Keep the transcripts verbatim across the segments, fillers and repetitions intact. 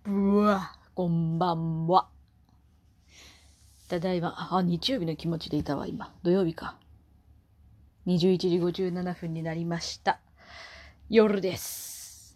うわ、こんばんは。ただいま、あ、日曜日の気持ちでいたわ、今。土曜日か。にじゅういちじごじゅうななふんになりました。夜です。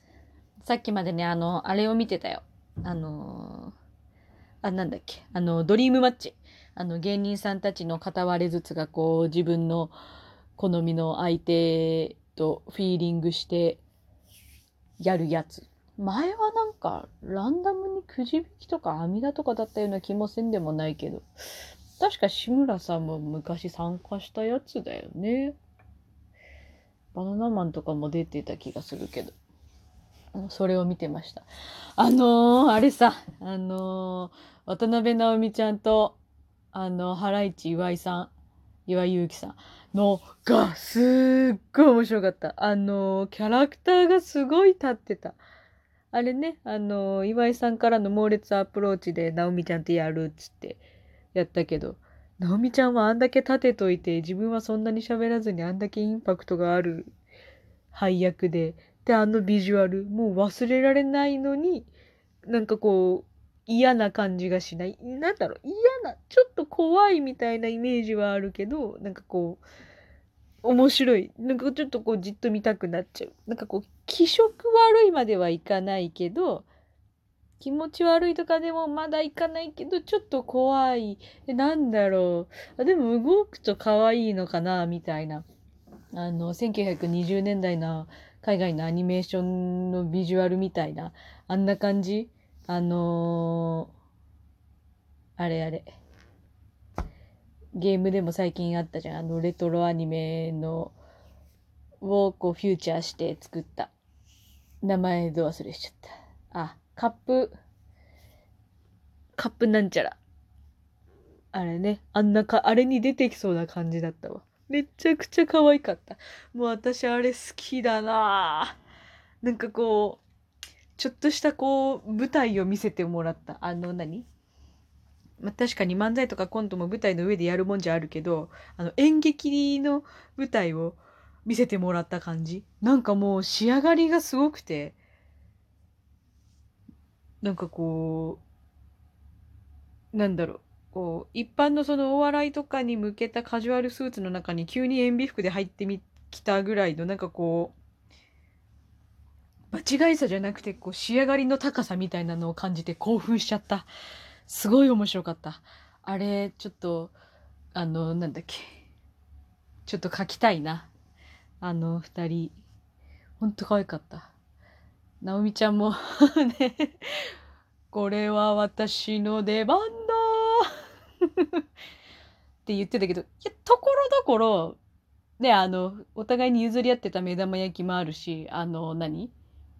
さっきまでね、あの、あれを見てたよ。あのー、あ、なんだっけ。あの、ドリームマッチ。あの、芸人さんたちの片割れずつがこう、自分の好みの相手とフィーリングしてやるやつ。前はなんか、ランダムにくじ引きとか網田とかだったような気もせんでもないけど、確か志村さんも昔参加したやつだよね。バナナマンとかも出てた気がするけど。それを見てました。あのー、あれさ、あのー、渡辺直美ちゃんと、あの、ハライチ岩井さん、岩井勇気さんのが、すっごい面白かった。あのー、キャラクターがすごい立ってた。あれね、あのー、岩井さんからの猛烈アプローチで直美ちゃんとやるっつってやったけど、直美ちゃんはあんだけ立てといて、自分はそんなに喋らずにあんだけインパクトがある配役で、で、あのビジュアル、もう忘れられないのに、なんかこう、嫌な感じがしない。なんだろう、嫌な、ちょっと怖いみたいなイメージはあるけど、なんかこう、面白い。なんかちょっとこう、じっと見たくなっちゃう。なんかこう、気色悪いまではいかないけど、気持ち悪いとかでもまだいかないけど、ちょっと怖い。え、なんだろう。あ、でも動くと可愛いのかな、みたいな。あの、せんきゅうひゃくにじゅうねんだいの海外のアニメーションのビジュアルみたいな、あんな感じ。あのーあれあれ。ゲームでも最近あったじゃん。あの、レトロアニメの、をこうフューチャーして作った。名前ど忘れしちゃった。あ、カップ、カップなんちゃら。あれね、あんなか、あれに出てきそうな感じだったわ。めちゃくちゃ可愛かった。もう私あれ好きだなぁ。なんかこう、ちょっとしたこう、舞台を見せてもらった。あの何、まあ、確かに漫才とかコントも舞台の上でやるもんじゃあるけど、あの演劇の舞台を見せてもらった感じ。なんかもう仕上がりがすごくて、なんかこう、なんだろう。こう、一般のそのお笑いとかに向けたカジュアルスーツの中に急に塩ビ服で入ってみ、きたぐらいの、なんかこう、場違いさじゃなくて、こう、仕上がりの高さみたいなのを感じて興奮しちゃった。すごい面白かった。あれ、ちょっと、あの、なんだっけ。ちょっと書きたいな。あの二人。ほんと可愛かった。なおみちゃんもね、これは私の出番だって言ってたけど、いや、ところどころ、ね、あの、お互いに譲り合ってた目玉焼きもあるし、あの、何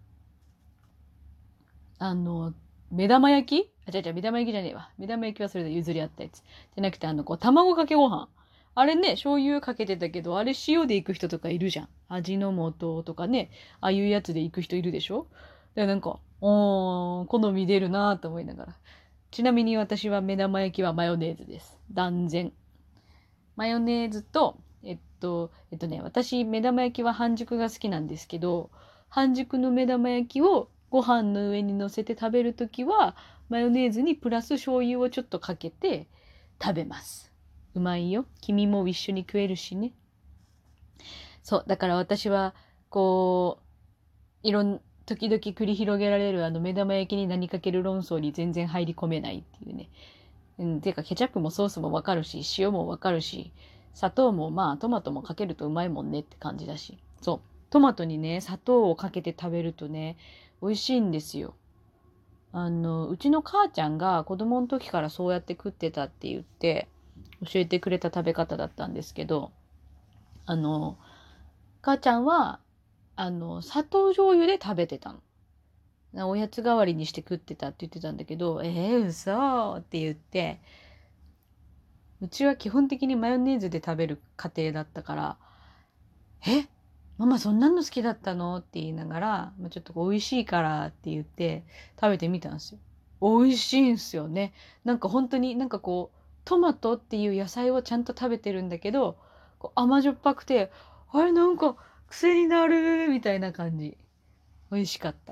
あの、目玉焼きあ、違う違う、目玉焼きじゃねえわ。目玉焼きはそれで譲り合ったやつ。じゃなくて、あの、こう、卵かけご飯。あれね、醤油かけてたけど、あれ塩で行く人とかいるじゃん。味の素とかね、ああいうやつで行く人いるでしょ。だからなんか、おー、好み出るなと思いながら。ちなみに私は目玉焼きはマヨネーズです。断然。マヨネーズと、えっと、えっとね、私、目玉焼きは半熟が好きなんですけど、半熟の目玉焼きをご飯の上に乗せて食べるときは、マヨネーズにプラス醤油をちょっとかけて食べます。うまいよ。君も一緒に食えるしね。そう、だから私は、こう、いろん、時々繰り広げられるあの目玉焼きに何かける論争に全然入り込めないっていうね。うん、ていうかケチャップもソースもわかるし、塩もわかるし、砂糖もまあトマトもかけるとうまいもんねって感じだし。そう。トマトにね、砂糖をかけて食べるとね、美味しいんですよ。あの、うちの母ちゃんが子供の時からそうやって食ってたって言って教えてくれた食べ方だったんですけど、あの、母ちゃんは、あの、砂糖醤油で食べてたの。おやつ代わりにして食ってたって言ってたんだけど、えー、嘘って言って、うちは基本的にマヨネーズで食べる家庭だったから、え、ママそんなの好きだったのって言いながら、まあ、ちょっと美味しいからって言って食べてみたんですよ。美味しいんすよね。なんか本当になんかこう、トマトっていう野菜をちゃんと食べてるんだけど、こう甘じょっぱくて、あれなんか癖になるみたいな感じ。美味しかった。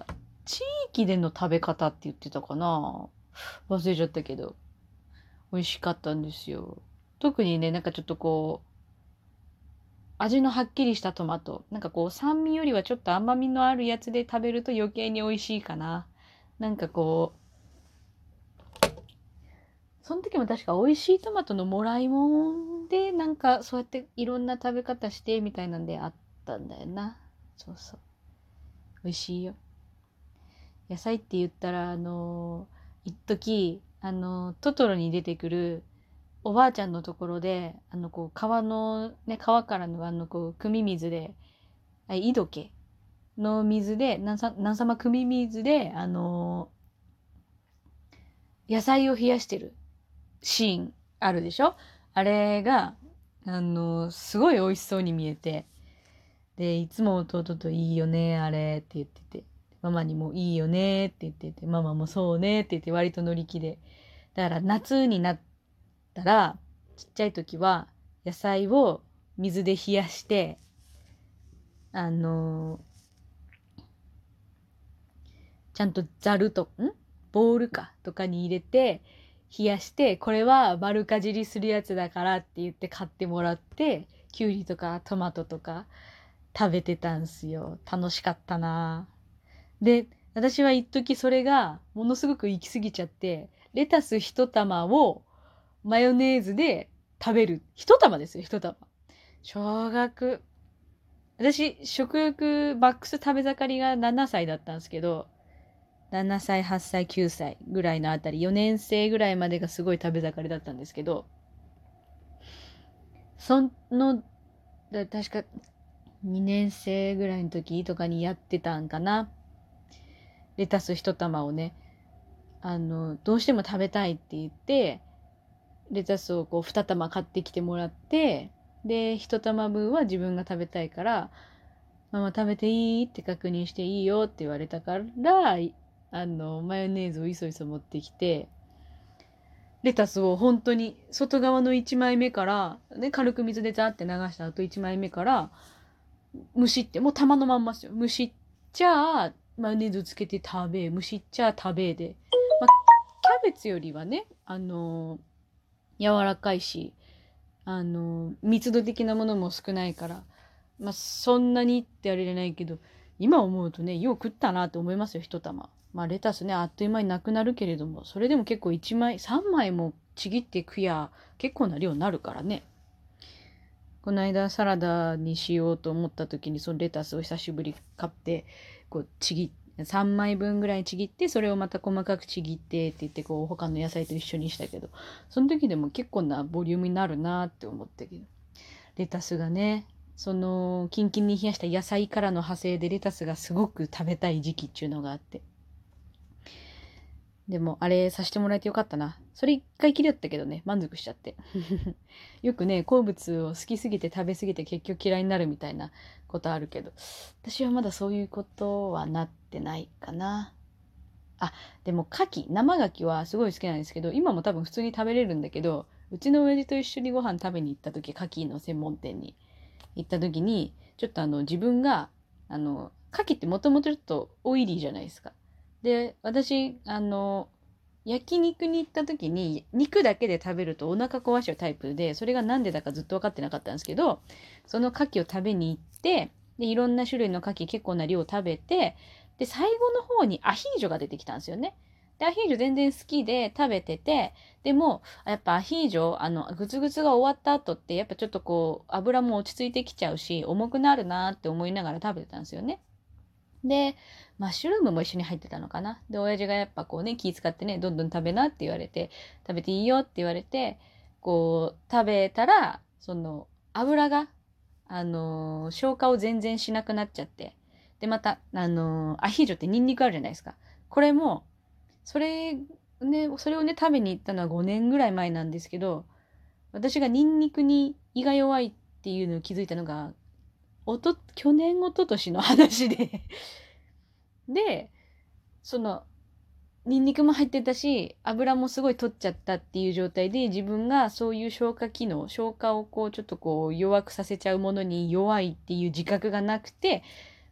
地域での食べ方って言ってたかな、忘れちゃったけど美味しかったんですよ。特にね、なんかちょっとこう味のはっきりしたトマト、なんかこう酸味よりはちょっと甘みのあるやつで食べると余計に美味しいかな。なんかこうその時も確か美味しいトマトのもらいもんで、なんかそうやっていろんな食べ方してみたいなんであったんだよな。そうそう。美味しいよ。野菜って言ったら、あのー、一時あのー、トトロに出てくるおばあちゃんのところで、あの、こう、川の、ね、川からのあの、こう、汲み水で、あ、井戸家の水で、なんさ、なんさま汲み水で、あのー、野菜を冷やしてるシーンあるでしょ。あれが、あの、すごい美味しそうに見えて、で、いつも弟といいよね、あれって言ってて、ママにもいいよねって言ってて、ママもそうねって言って割と乗り気で。だから夏になったら、ちっちゃい時は野菜を水で冷やして、あのちゃんとざると、んボウルかとかに入れて、冷やして、これは丸かじりするやつだからって言って買ってもらって、きゅうりとかトマトとか食べてたんすよ。楽しかったな。で、私は一時それがものすごく行き過ぎちゃって、レタス一玉をマヨネーズで食べる。一玉ですよ、一玉。小学、私、食欲マックス食べ盛りがななさいだったんですけど、ななさい、はっさい、きゅうさいぐらいのあたり、よねん生ぐらいまでがすごい食べ盛りだったんですけど、その、だ確かにねん生ぐらいの時とかにやってたんかな。レタス一玉をね、あの、どうしても食べたいって言って、レタスをこう二玉買ってきてもらって、で、一玉分は自分が食べたいから、ママ食べていいって確認していいよって言われたから、あの、マヨネーズをいそいそ持ってきて、レタスを本当に外側のいちまいめから、ね、軽く水でザーって流した後いちまいめから、蒸しって、もう玉のまんまですよ。蒸しっちゃ、マヨネーズつけて食べ、蒸しっちゃ食べで。まあ、キャベツよりはね、あのー、柔らかいし、あのー、密度的なものも少ないから、まあ、そんなにってあれじゃないけど、今思うとね、よう食ったなって思いますよ、一玉。まあ、レタスね、あっという間になくなるけれども、それでも結構いちまい、さんまいもちぎって食や、結構な量になるからね。この間サラダにしようと思った時にそのレタスを久しぶり買ってこうちぎさんまいぶんぐらいちぎってそれをまた細かくちぎってって言ってこう他の野菜と一緒にしたけど、その時でも結構なボリュームになるなって思ったけど、レタスがね、そのキンキンに冷やした野菜からの派生でレタスがすごく食べたい時期っていうのがあって、でもあれさせてもらえてよかったな。それ一回きりだったけどね、満足しちゃってよくね、好物を好きすぎて食べすぎて結局嫌いになるみたいなことあるけど、私はまだそういうことはなってないかな。あ、でも牡蠣、生牡蠣はすごい好きなんですけど、今も多分普通に食べれるんだけど、うちの親父と一緒にご飯食べに行った時、牡蠣の専門店に行った時に、ちょっとあの自分が、あの、牡蠣ってもともとちょっとオイリーじゃないですか。で、私、あの、焼肉に行った時に肉だけで食べるとお腹壊しちゃうタイプで、それがなんでだかずっと分かってなかったんですけど、その牡蠣を食べに行って、で、いろんな種類の牡蠣結構な量食べて、で、最後の方にアヒージョが出てきたんですよね。で、アヒージョ全然好きで食べてて、でも、やっぱアヒージョ、あの、グツグツが終わった後って、やっぱちょっとこう、油も落ち着いてきちゃうし、重くなるなって思いながら食べてたんですよね。で、マッシュルームも一緒に入ってたのかな。で、親父がやっぱこうね、気遣ってね、どんどん食べなって言われて、食べていいよって言われて、こう、食べたら、その、油が、あのー消化を全然しなくなっちゃって。で、また、あのーアヒージョってニンニクあるじゃないですか。これも、それ、ね、それをね、食べに行ったのはごねんぐらい前なんですけど、私がニンニクに胃が弱いっていうのを気づいたのが、おと、去年、一昨年の話でで、その、ニンニクも入ってたし、油もすごい取っちゃったっていう状態で、自分がそういう消化機能、消化をこう、ちょっとこう、弱くさせちゃうものに弱いっていう自覚がなくて、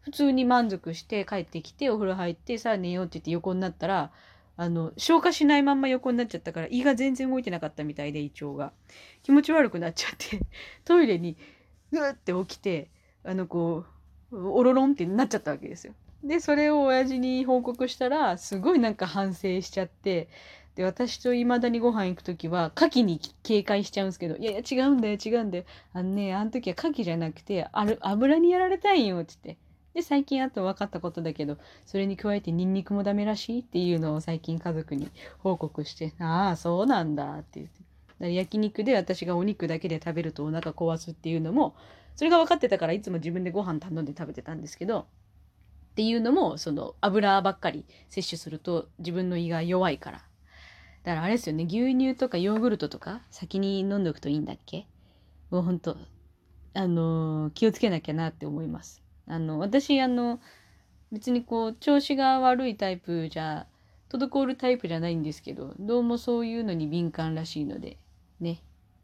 普通に満足して帰ってきてお風呂入ってさあ寝ようって言って横になったら、あの消化しないまんま横になっちゃったから胃が全然動いてなかったみたいで、胃腸が気持ち悪くなっちゃってトイレにうーって起きて、あのこうおろろんってなっちゃったわけですよ。でそれを親父に報告したらすごいなんか反省しちゃって、で私と未だにご飯行く時は牡蠣に警戒しちゃうんですけど、いやいや違うんだよ違うんだよ、あのねあの時は牡蠣じゃなくてある油にやられたいんよっつって。で最近あと分かったことだけど、それに加えてニンニクもダメらしいっていうのを最近家族に報告して、ああそうなんだって言って、だから焼肉で私がお肉だけで食べるとお腹壊すっていうのもそれが分かってたからいつも自分でご飯頼んで食べてたんですけど、っていうのもその油ばっかり摂取すると自分の胃が弱いから。だからあれですよね、牛乳とかヨーグルトとか先に飲んでおくといいんだっけ。もうほんとあのー気をつけなきゃなって思います。あの私あの別にこう調子が悪いタイプじゃ滞るタイプじゃないんですけど、どうもそういうのに敏感らしいのでね。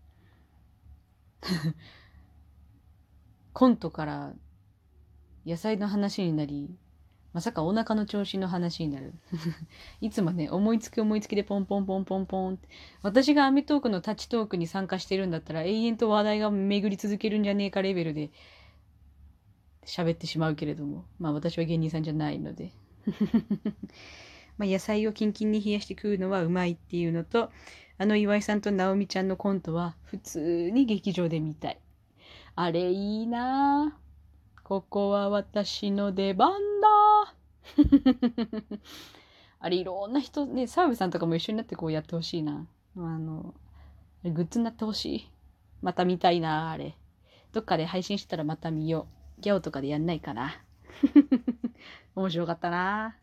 コントから野菜の話になり、まさかお腹の調子の話になる。いつもね、思いつき思いつきでポンポンポンポンポンって。私がアメトークのタッチトークに参加してるんだったら永遠と話題が巡り続けるんじゃねえかレベルで喋ってしまうけれども、まあ私は芸人さんじゃないので。まあ野菜をキンキンに冷やして食うのはうまいっていうのと、あの岩井さんと直美ちゃんのコントは普通に劇場で見たい。あれいいなぁ。ここは私の出番だ。あれいろんな人ね、澤部さんとかも一緒になってこうやってほしいな。あの、グッズになってほしい。また見たいな、あれ。どっかで配信したらまた見よう。ギャオとかでやんないかな。面白かったな。